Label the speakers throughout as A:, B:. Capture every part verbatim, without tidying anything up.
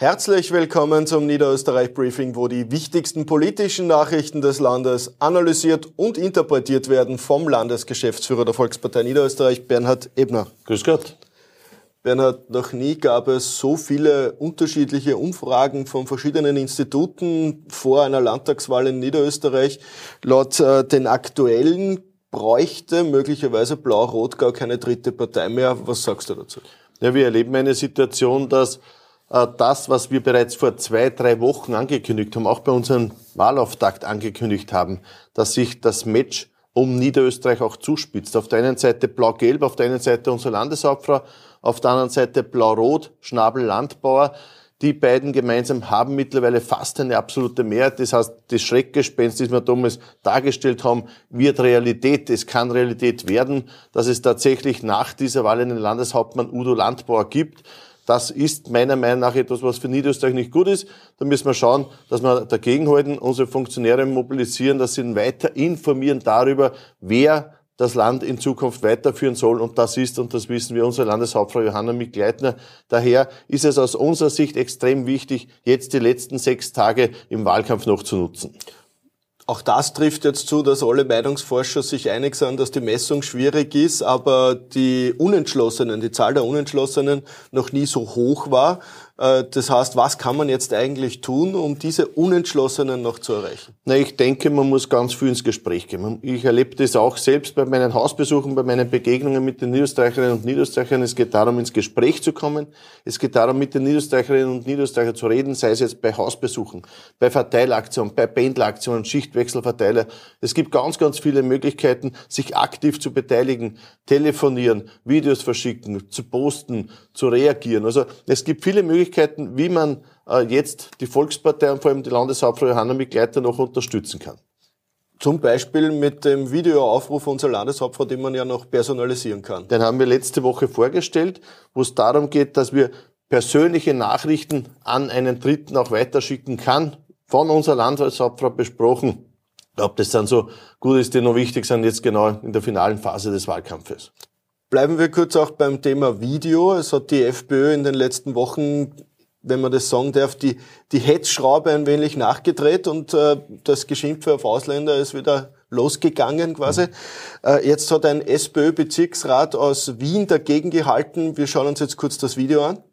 A: Herzlich willkommen zum Niederösterreich-Briefing, wo die wichtigsten politischen Nachrichten des Landes analysiert und interpretiert werden vom Landesgeschäftsführer der Volkspartei Niederösterreich, Bernhard Ebner.
B: Grüß Gott.
A: Bernhard, noch nie gab es so viele unterschiedliche Umfragen von verschiedenen Instituten vor einer Landtagswahl in Niederösterreich. Laut äh, den aktuellen bräuchte möglicherweise Blau-Rot gar keine dritte Partei mehr. Was sagst du dazu?
B: Ja, wir erleben eine Situation, dass äh, das, was wir bereits vor zwei, drei Wochen angekündigt haben, auch bei unserem Wahlauftakt angekündigt haben, dass sich das Match um Niederösterreich auch zuspitzt. Auf der einen Seite Blau-Gelb, auf der einen Seite unsere Landeshauptfrau, auf der anderen Seite Blau-Rot, Schnabel-Landbauer. Die beiden gemeinsam haben mittlerweile fast eine absolute Mehrheit. Das heißt, das Schreckgespenst, das wir damals dargestellt haben, wird Realität. Es kann Realität werden, dass es tatsächlich nach dieser Wahl einen Landeshauptmann Udo Landbauer gibt. Das ist meiner Meinung nach etwas, was für Niederösterreich nicht gut ist. Da müssen wir schauen, dass wir dagegenhalten, unsere Funktionäre mobilisieren, dass sie weiter informieren darüber, wer das Land in Zukunft weiterführen soll. Und das ist, und das wissen wir, unsere Landeshauptfrau Johanna Mikl-Leitner. Daher ist es aus unserer Sicht extrem wichtig, jetzt die letzten sechs Tage im Wahlkampf noch zu nutzen.
A: Auch das trifft jetzt zu, dass alle Meinungsforscher sich einig sind, dass die Messung schwierig ist, aber die Unentschlossenen, die Zahl der Unentschlossenen noch nie so hoch war. Das heißt, was kann man jetzt eigentlich tun, um diese Unentschlossenen noch zu erreichen?
B: Na, ich denke, man muss ganz viel ins Gespräch gehen. Ich erlebe das auch selbst bei meinen Hausbesuchen, bei meinen Begegnungen mit den Niederösterreicherinnen und Niederösterreichern. Es geht darum, ins Gespräch zu kommen. Es geht darum, mit den Niederösterreicherinnen und Niederösterreichern zu reden, sei es jetzt bei Hausbesuchen, bei Verteilaktionen, bei Pendelaktionen, Schichtwechselverteiler. Es gibt ganz, ganz viele Möglichkeiten, sich aktiv zu beteiligen, telefonieren, Videos verschicken, zu posten, zu reagieren. Also es gibt viele Möglichkeiten, wie man äh, jetzt die Volkspartei und vor allem die Landeshauptfrau Johanna Mikl-Leitner noch unterstützen kann.
A: Zum Beispiel mit dem Videoaufruf unserer Landeshauptfrau, den man ja noch personalisieren kann.
B: Den haben wir letzte Woche vorgestellt, wo es darum geht, dass wir persönliche Nachrichten an einen Dritten auch weiterschicken kann, von unserer Landeshauptfrau besprochen. Ob das dann so gut ist, die noch wichtig sind jetzt genau in der finalen Phase des Wahlkampfes.
A: Bleiben wir kurz auch beim Thema Video. Es hat die FPÖ in den letzten Wochen, wenn man das sagen darf, die, die Hetzschraube ein wenig nachgedreht und äh, das Geschimpfe auf Ausländer ist wieder losgegangen quasi. Äh, jetzt hat ein SPÖ-Bezirksrat aus Wien dagegen gehalten. Wir schauen uns jetzt kurz das Video an.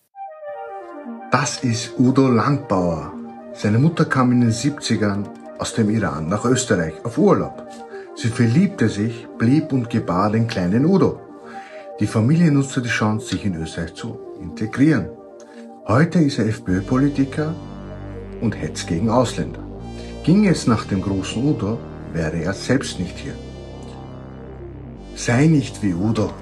C: Das ist Udo Landbauer. Seine Mutter kam in den siebzigern aus dem Iran nach Österreich auf Urlaub. Sie verliebte sich, blieb und gebar den kleinen Udo. Die Familie nutzte die Chance, sich in Österreich zu integrieren. Heute ist er FPÖ-Politiker und hetzt gegen Ausländer. Ging es nach dem großen Udo, wäre er selbst nicht hier. Sei nicht wie Udo.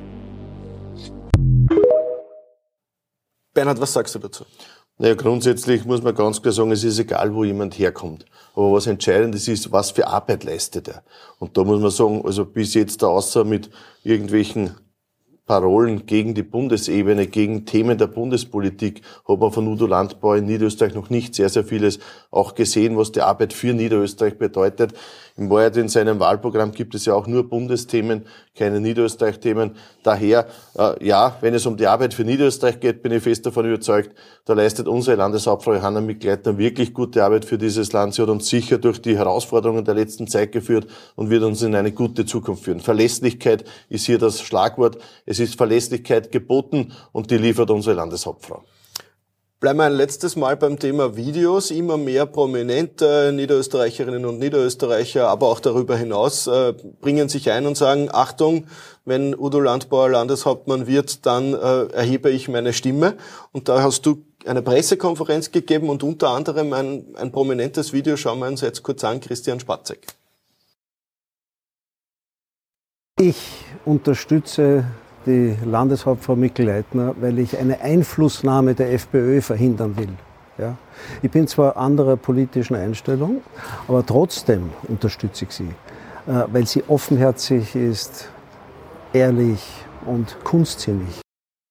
A: Bernhard, was sagst du dazu?
B: Naja, grundsätzlich muss man ganz klar sagen, es ist egal, wo jemand herkommt. Aber was entscheidend ist, ist, was für Arbeit leistet er. Und da muss man sagen, also bis jetzt da außer mit irgendwelchen Parolen gegen die Bundesebene, gegen Themen der Bundespolitik, hat man von Udo Landbauer in Niederösterreich noch nicht sehr, sehr vieles auch gesehen, was die Arbeit für Niederösterreich bedeutet. In Wahrheit in seinem Wahlprogramm gibt es ja auch nur Bundesthemen, keine Niederösterreich-Themen. Daher, äh, ja, wenn es um die Arbeit für Niederösterreich geht, bin ich fest davon überzeugt, da leistet unsere Landeshauptfrau Johanna Mikl-Leitner wirklich gute Arbeit für dieses Land. Sie hat uns sicher durch die Herausforderungen der letzten Zeit geführt und wird uns in eine gute Zukunft führen. Verlässlichkeit ist hier das Schlagwort. Es ist Verlässlichkeit geboten und die liefert unsere Landeshauptfrau.
A: Bleiben wir ein letztes Mal beim Thema Videos. Immer mehr prominente Niederösterreicherinnen und Niederösterreicher, aber auch darüber hinaus, äh, bringen sich ein und sagen, Achtung, wenn Udo Landbauer Landeshauptmann wird, dann äh, erhebe ich meine Stimme. Und da hast du eine Pressekonferenz gegeben und unter anderem ein, ein prominentes Video. Schauen wir uns jetzt kurz an, Christian Spatzek.
D: Ich unterstütze die Landeshauptfrau Mikl-Leitner, weil ich eine Einflussnahme der FPÖ verhindern will. Ja. Ich bin zwar anderer politischen Einstellung, aber trotzdem unterstütze ich sie, weil sie offenherzig ist, ehrlich und kunstsinnig.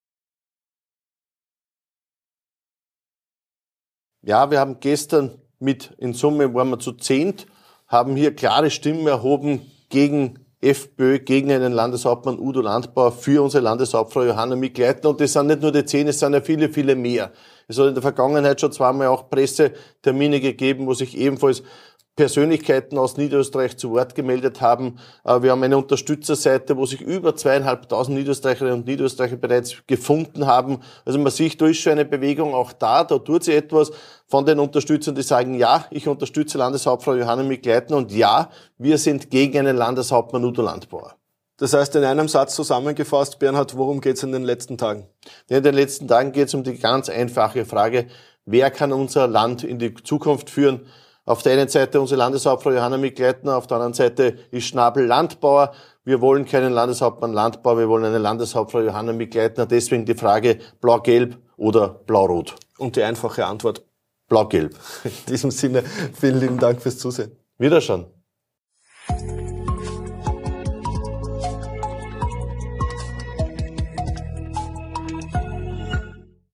B: Ja, wir haben gestern mit, in Summe waren wir zu zehnt, haben hier klare Stimmen erhoben gegen FPÖ gegen einen Landeshauptmann Udo Landbauer für unsere Landeshauptfrau Johanna Mikl-Leitner. Und das sind nicht nur die zehn, es sind ja viele, viele mehr. Es hat in der Vergangenheit schon zweimal auch Pressetermine gegeben, wo sich ebenfalls Persönlichkeiten aus Niederösterreich zu Wort gemeldet haben. Wir haben eine Unterstützerseite, wo sich über zweieinhalbtausend Niederösterreicherinnen und Niederösterreicher bereits gefunden haben. Also man sieht, da ist schon eine Bewegung auch da, da tut sie etwas von den Unterstützern, die sagen, ja, ich unterstütze Landeshauptfrau Johanna Mikl-Leitner und ja, wir sind gegen einen Landeshauptmann Udo Landbauer.
A: Das heißt, in einem Satz zusammengefasst, Bernhard, worum geht es in den letzten Tagen?
B: In den letzten Tagen geht es um die ganz einfache Frage, wer kann unser Land in die Zukunft führen? Auf der einen Seite unsere Landeshauptfrau Johanna Mikl-Leitner, auf der anderen Seite ist Schnabel Landbauer. Wir wollen keinen Landeshauptmann Landbauer, wir wollen eine Landeshauptfrau Johanna Mikl-Leitner. Deswegen die Frage Blau-Gelb oder Blau-Rot.
A: Und die einfache Antwort?
B: Blau-Gelb.
A: In diesem Sinne, vielen lieben Dank fürs Zusehen.
B: Wiederschauen.